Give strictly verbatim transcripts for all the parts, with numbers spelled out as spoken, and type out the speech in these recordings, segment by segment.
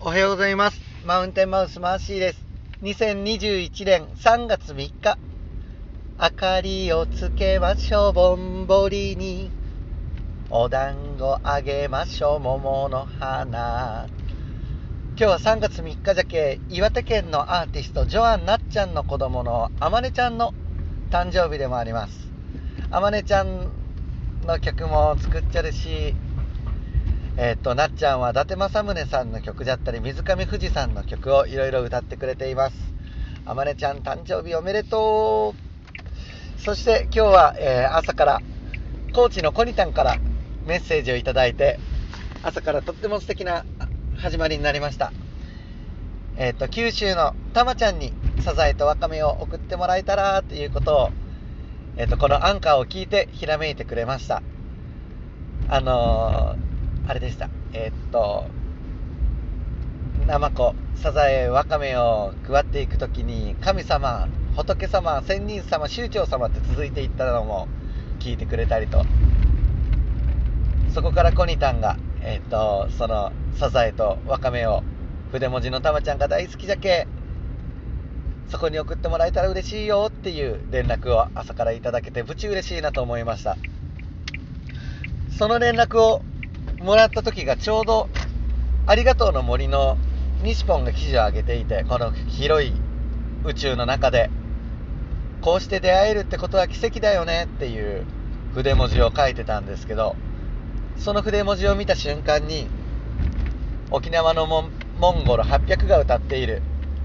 おはようございます。マウンテンマウスマーシーです。にせんにじゅういちねんさんがつみっか、明かりをつけましょう、ぼんぼりにお団子あげましょう、桃の花。今日はさんがつみっかじゃけ、岩手県のアーティストジョアンなっちゃんの子供のあまねちゃんの誕生日でもあります。あまねちゃんの曲も作っちゃるし、えー、っとなっちゃんは伊達政宗さんの曲だったり水上富士さんの曲をいろいろ歌ってくれています。あまねちゃん誕生日おめでとう。そして今日は、えー、朝から高知のコニタンからメッセージをいただいて、朝からとっても素敵な始まりになりました。えー、っと九州のたまちゃんにサザエとワカメを送ってもらえたらということを、えー、っとこのアンカーを聞いてひらめいてくれました。あのーあれでした。えー、っとナマコ、サザエ、ワカメを配っていくときに神様、仏様、仙人様、宗長様って続いていったのも聞いてくれたりと、そこからコニタンが、えー、っとそのサザエとワカメを筆文字のたまちゃんが大好きじゃけ、そこに送ってもらえたら嬉しいよっていう連絡を朝からいただけて、ぶち嬉しいなと思いました。その連絡をもらった時がちょうどありがとうの森の西ポンが記事を上げていて、この広い宇宙の中でこうして出会えるってことは奇跡だよねっていう筆文字を書いてたんですけど、その筆文字を見た瞬間に沖縄のモン、モンゴルはっぴゃくが歌っている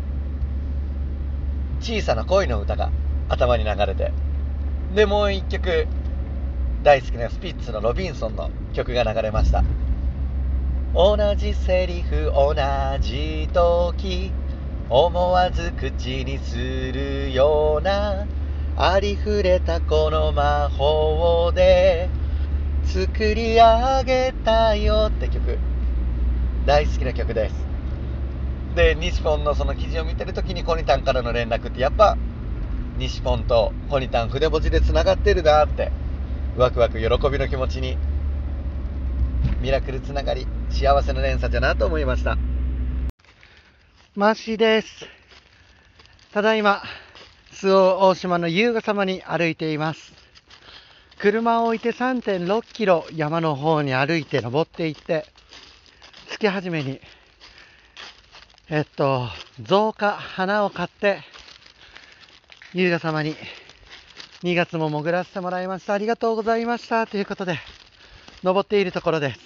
小さな恋の歌が頭に流れて、でもう一曲大好きなスピッツのロビンソンの曲が流れました。同じセリフ同じ時、思わず口にするようなありふれたこの魔法で作り上げたよって曲、大好きな曲です。で西ポンのその記事を見てるときにコニタンからの連絡って、やっぱ西ポンとコニタン筆文字でつながってるなって、ワクワク喜びの気持ちに、ミラクルつながり、幸せの連鎖じゃなと思いました。マーシーです。ただいま周防大島の優雅様に歩いています。車を置いて さんてんろっキロ山の方に歩いて登っていって、月始めにえっと造花、花を買って優雅様ににがつも潜らせてもらいました。ありがとうございましたということで登っているところです。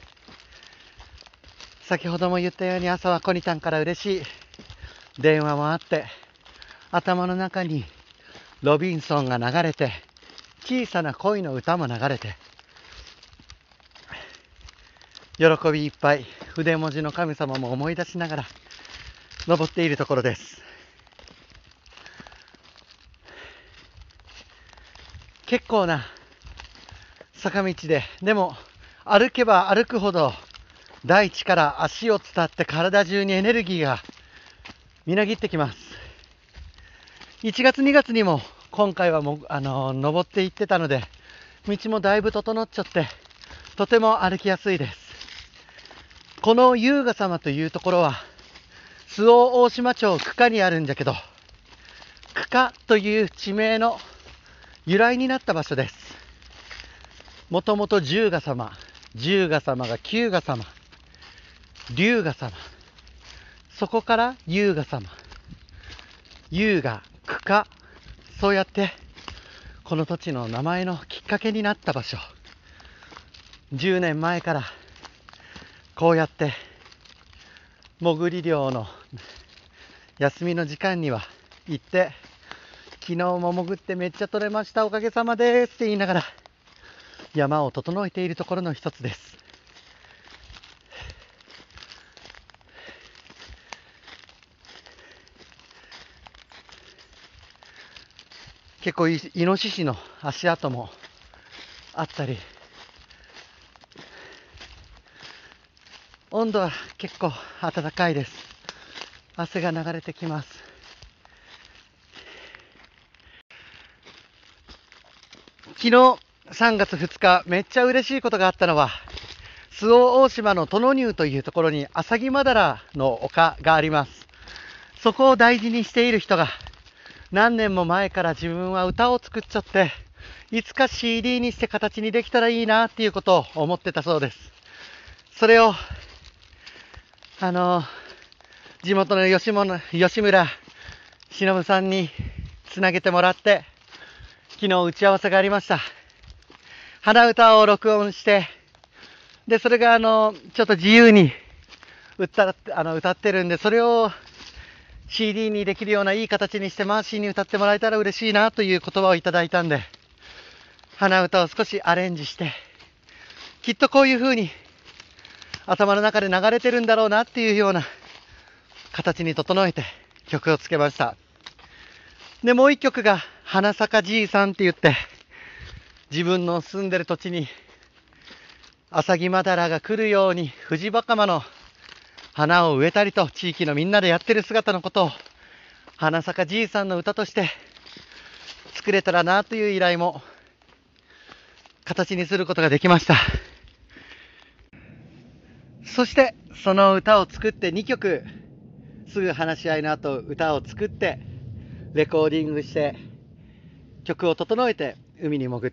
先ほども言ったように、朝はコニタンから嬉しい電話もあって、頭の中にロビンソンが流れて、小さな恋の歌も流れて、喜びいっぱい筆文字の神様も思い出しながら登っているところです。結構な坂道で、でも歩けば歩くほど大地から足を伝って体中にエネルギーがみなぎってきます。いちがつにがつにも今回はもあの登っていってたので、道もだいぶ整っちゃってとても歩きやすいです。この優雅様というところは周防大島町久下にあるんじゃけど、久下という地名の由来になった場所です。もともと十ヶ様、十ヶ様が九ヶ様、龍ヶ様、そこから優雅様、優雅、久下、そうやってこの土地の名前のきっかけになった場所。じゅうねんまえからこうやって潜り漁の休みの時間には行って、昨日も潜ってめっちゃ取れました、おかげさまですって言いながら山を整えているところの一つです。結構イノシシの足跡もあったり、温度は結構暖かいです。汗が流れてきます。昨日さんがつふつか、めっちゃ嬉しいことがあったのは、 周防大島の殿乳というところにアサギマダラの丘があります。そこを大事にしている人が、何年も前から自分は歌を作っちゃって、いつか シーディー にして形にできたらいいなっていうことを思ってたそうです。それを、あの、地元の吉本吉村忍さんにつなげてもらって、昨日打ち合わせがありました。鼻歌を録音して、で、それがあの、ちょっと自由に歌あの歌ってるんで、それを シーディー にできるようないい形にしてマーシーに歌ってもらえたら嬉しいなという言葉をいただいたんで、鼻歌を少しアレンジして、きっとこういう風に頭の中で流れてるんだろうなっていうような形に整えて曲をつけました。で、もう一曲が花坂じいさんって言って、自分の住んでる土地にアサギマダラが来るようにフジバカマの花を植えたりと地域のみんなでやってる姿のことを花坂じいさんの歌として作れたらなという依頼も形にすることができました。そしてその歌を作ってにきょく、すぐ話し合いの後歌を作ってレコーディングして曲を整えて海に潜って、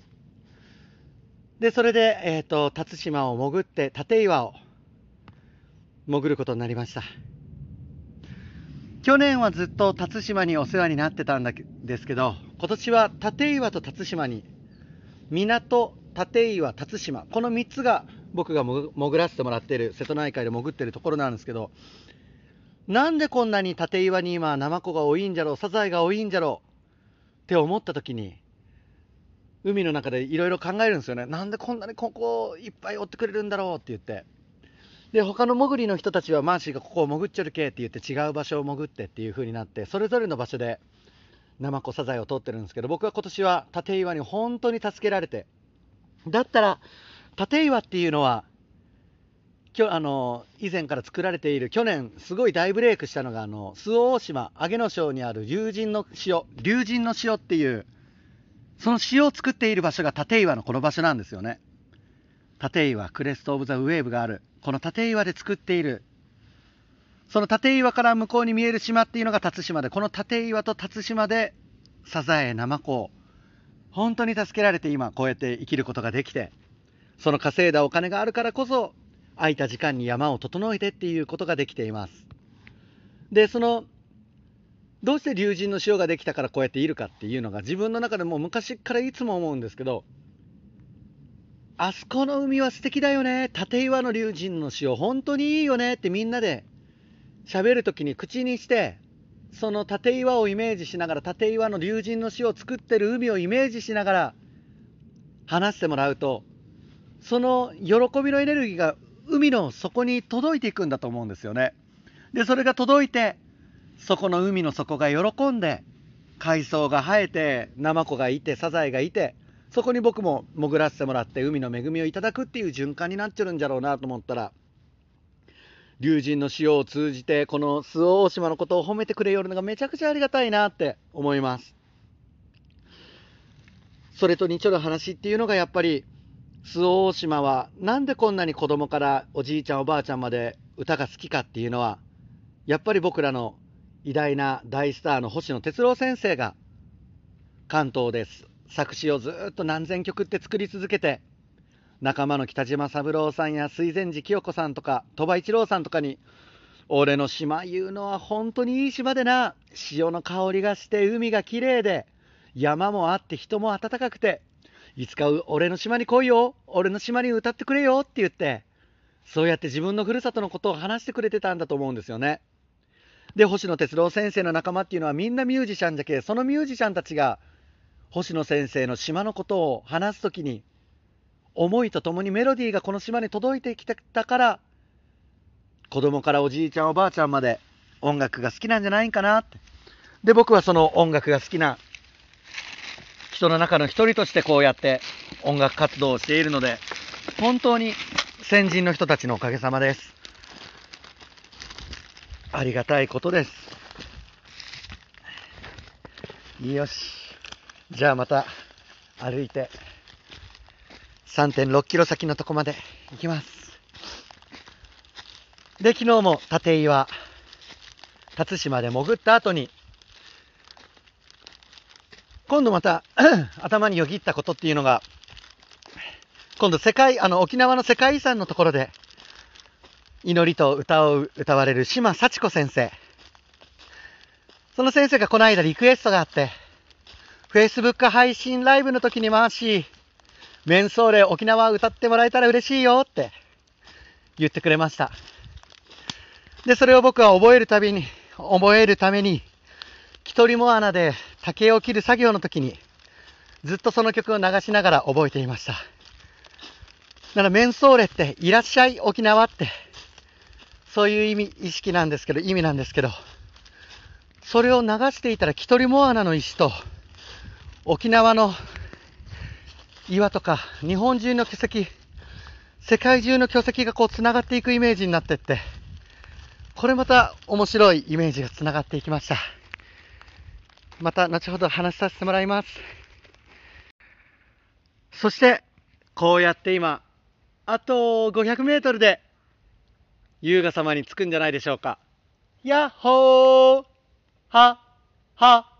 でそれで、えーと、辰島を潜って立岩を潜ることになりました。去年はずっと辰島にお世話になってたんですけど、今年は立岩と辰島に、港、立岩、辰島、このみっつが僕が潜らせてもらっている、瀬戸内海で潜っているところなんですけど、なんでこんなに立岩に今ナマコが多いんじゃろう、サザエが多いんじゃろうって思った時に、海の中でいろいろ考えるんですよね。なんでこんなにここをいっぱい追ってくれるんだろうって言って、で他の潜りの人たちはマーシーがここを潜っちゃるけって言って違う場所を潜ってっていう風になって、それぞれの場所でナマコサザエを取ってるんですけど、僕は今年は立岩に本当に助けられて、だったら立岩っていうのはきょあの以前から作られている、去年すごい大ブレイクしたのがあの周防大島上野礁にある龍神の塩龍神の塩っていう、その塩を作っている場所が立岩のこの場所なんですよね。立岩クレストオブザウェーブがあるこの立岩で作っている、その立岩から向こうに見える島っていうのが辰島で、この立岩と辰島でサザエナマコを本当に助けられて今こうやって生きることができて、その稼いだお金があるからこそ空いた時間に山を整えてっていうことができています。でそのどうして龍神の塩ができたからこうやっているかっていうのが自分の中でも昔からいつも思うんですけど、あそこの海は素敵だよね、立岩の龍神の塩本当にいいよねってみんなで喋るときに口にして、その立岩をイメージしながら、立岩の龍神の塩を作ってる海をイメージしながら話してもらうと、その喜びのエネルギーが海の底に届いていくんだと思うんですよね。でそれが届いて、そこの海の底が喜んで海藻が生えてナマコがいてサザエがいて、そこに僕も潜らせてもらって海の恵みをいただくっていう循環になってるんじゃろうなと思ったら、龍神の塩を通じてこの周防大島のことを褒めてくれよるのがめちゃくちゃありがたいなって思います。それと似ちょる話っていうのが、やっぱり周防大島はなんでこんなに子供からおじいちゃんおばあちゃんまで歌が好きかっていうのは、やっぱり僕らの偉大な大スターの星野哲郎先生が関東です作詞をずっと何千曲って作り続けて、仲間の北島三郎さんや水前寺清子さんとか鳥羽一郎さんとかに、俺の島いうのは本当にいい島でな、潮の香りがして海がきれいで山もあって人も温かくて、いつか俺の島に来いよ、俺の島に歌ってくれよって言って、そうやって自分のふるさとのことを話してくれてたんだと思うんですよね。で星野哲郎先生の仲間っていうのはみんなミュージシャンじゃけ、そのミュージシャンたちが星野先生の島のことを話すときに、思いとともにメロディーがこの島に届いてきたから、子供からおじいちゃんおばあちゃんまで音楽が好きなんじゃないかなって。で僕はその音楽が好きな人の中の一人としてこうやって音楽活動をしているので、本当に先人の人たちのおかげさまです。ありがたいことです。よし、じゃあまた歩いて さんてんろっキロ先のとこまで行きます。で、昨日も立岩、辰島で潜った後に、今度また頭によぎったことっていうのが、今度世界、あの沖縄の世界遺産のところで、祈りと歌を歌われる島幸子先生。その先生がこの間リクエストがあって、Facebook 配信ライブの時に回し、メンソーレ沖縄歌ってもらえたら嬉しいよって言ってくれました。で、それを僕は覚えるたびに、覚えるために、一人も穴で竹を切る作業の時に、ずっとその曲を流しながら覚えていました。だからメンソーレっていらっしゃい沖縄って、そういう意味、意識なんですけど、意味なんですけど、それを流していたらキトリモアナの石と沖縄の岩とか日本中の巨石、世界中の巨石がこうつながっていくイメージになっていって、これまた面白いイメージがつながっていきました。また後ほど話させてもらいます。そしてこうやって今あとごひゃくメートルで優雅様に着くんじゃないでしょうか。やっほーはは。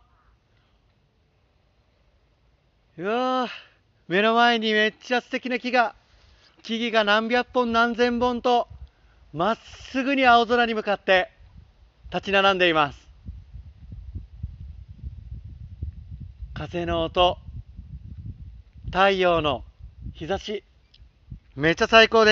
うわー、目の前にめっちゃ素敵な木が、木々が何百本何千本とまっすぐに青空に向かって立ち並んでいます。風の音、太陽の日差し、めっちゃ最高です。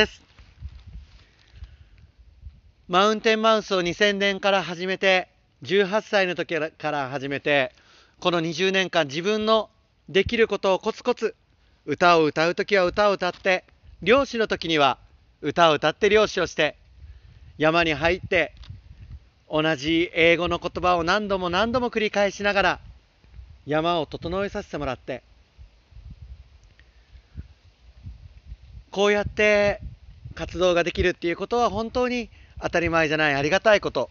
マウンテンマウスをにせんねんから始めて、じゅうはっさいの時から始めて、このにじゅうねんかん自分のできることをコツコツ、歌を歌う時は歌を歌って、漁師の時には歌を歌って漁師をして、山に入って同じ英語の言葉を何度も何度も繰り返しながら山を整えさせてもらって、こうやって活動ができるっていうことは本当に当たり前じゃない、ありがたいこと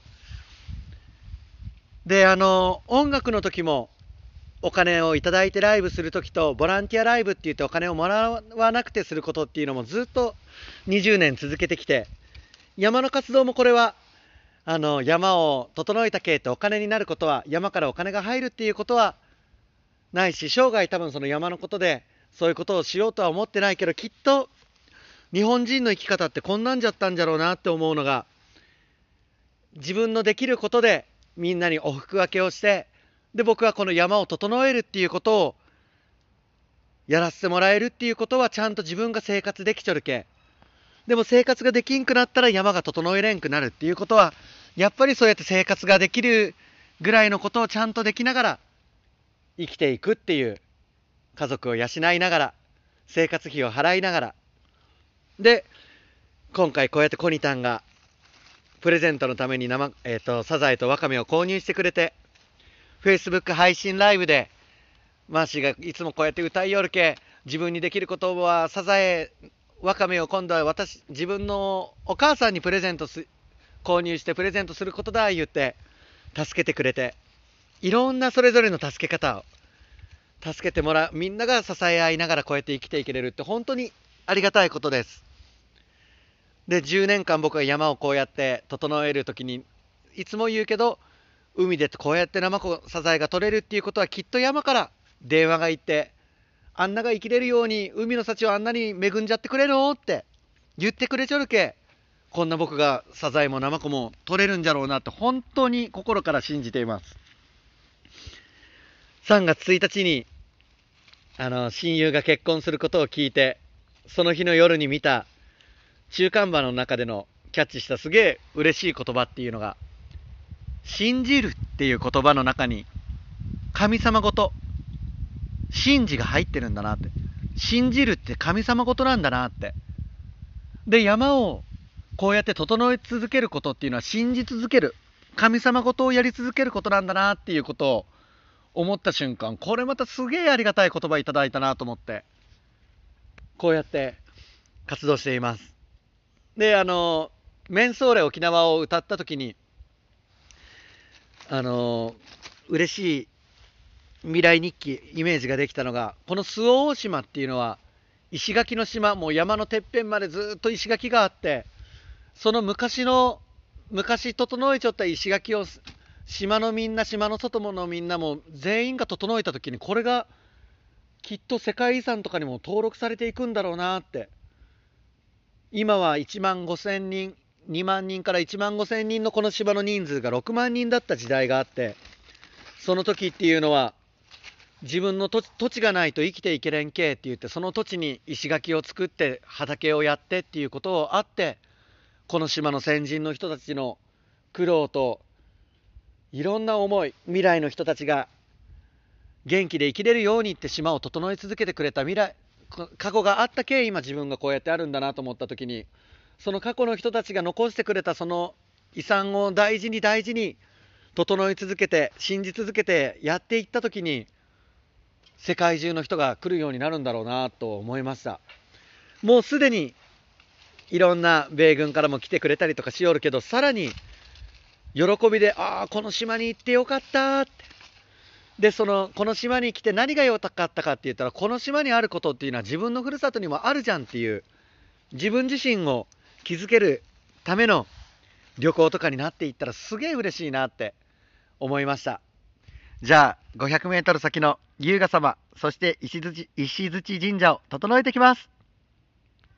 で、あの音楽の時もお金をいただいてライブする時と、ボランティアライブって言ってお金をもらわなくてすることっていうのもずっとにじゅうねん続けてきて、山の活動もこれはあの山を整えたけってお金になることは、山からお金が入るっていうことはないし、生涯多分その山のことでそういうことをしようとは思ってないけど、きっと日本人の生き方ってこんなんじゃったんじゃろうなって思うのが、自分のできることでみんなにお服分けをして、で僕はこの山を整えるっていうことをやらせてもらえるっていうことは、ちゃんと自分が生活できちょるけ。でも生活ができんくなったら山が整えれんくなるっていうことは、やっぱりそうやって生活ができるぐらいのことをちゃんとできながら生きていくっていう、家族を養いながら生活費を払いながらで、今回こうやってコニタンがプレゼントのために生、えーと、サザエとワカメを購入してくれて、Facebook 配信ライブでマーシーがいつもこうやって歌いよるけ、自分にできることはサザエ、ワカメを今度は私、自分のお母さんにプレゼントす、購入してプレゼントすることだ言って助けてくれて、いろんなそれぞれの助け方を助けてもらう、みんなが支え合いながらこうやって生きていけれるって本当にありがたいことです。で、じゅうねんかん僕が山をこうやって整えるときにいつも言うけど、海でこうやってナマコサザエが取れるっていうことは、きっと山から電話が行って、あんなが生きれるように海の幸をあんなに恵んじゃってくれるのって言ってくれちょるけ、こんな僕がサザエもナマコも取れるんじゃろうなって本当に心から信じています。さんがつついたちにあの親友が結婚することを聞いて、その日の夜に見た中間馬の中でのキャッチしたすげえ嬉しい言葉っていうのが、信じるっていう言葉の中に神様ごと信じが入ってるんだなって、信じるって神様ごとなんだなって。で、山をこうやって整え続けることっていうのは、信じ続ける神様ごとをやり続けることなんだなっていうことを思った瞬間、これまたすげえありがたい言葉いただいたなと思って、こうやって活動しています。で、あのメンソーレ沖縄を歌った時に、あの嬉しい未来日記イメージができたのが、この周防大島っていうのは石垣の島、もう山のてっぺんまでずっと石垣があって、その昔の昔整えちゃった石垣を島のみんな、島の外のみんなも全員が整えた時に、これがきっと世界遺産とかにも登録されていくんだろうなって。今はいちまんごせんにん、にまんにんからいちまんごせんにんのこの島の人数がろくまんにんだった時代があって、その時っていうのは自分の土土地がないと生きていけれんけって言って、その土地に石垣を作って畑をやってっていうことをあって、この島の先人の人たちの苦労といろんな思い、未来の人たちが元気で生きれるようにって島を整え続けてくれた未来、過去があったけ今自分がこうやってあるんだなと思った時に、その過去の人たちが残してくれたその遺産を大事に大事に整え続けて信じ続けてやっていった時に、世界中の人が来るようになるんだろうなと思いました。もうすでにいろんな米軍からも来てくれたりとかしおるけど、さらに喜びで、ああこの島に行ってよかったって、でそのこの島に来て何が良かったかって言ったら、この島にあることっていうのは自分のふるさとにもあるじゃんっていう、自分自身を気づけるための旅行とかになっていったらすげえ嬉しいなって思いました。じゃあごひゃくメートル先の優雅様、そして石槌、石槌神社を整えてきます。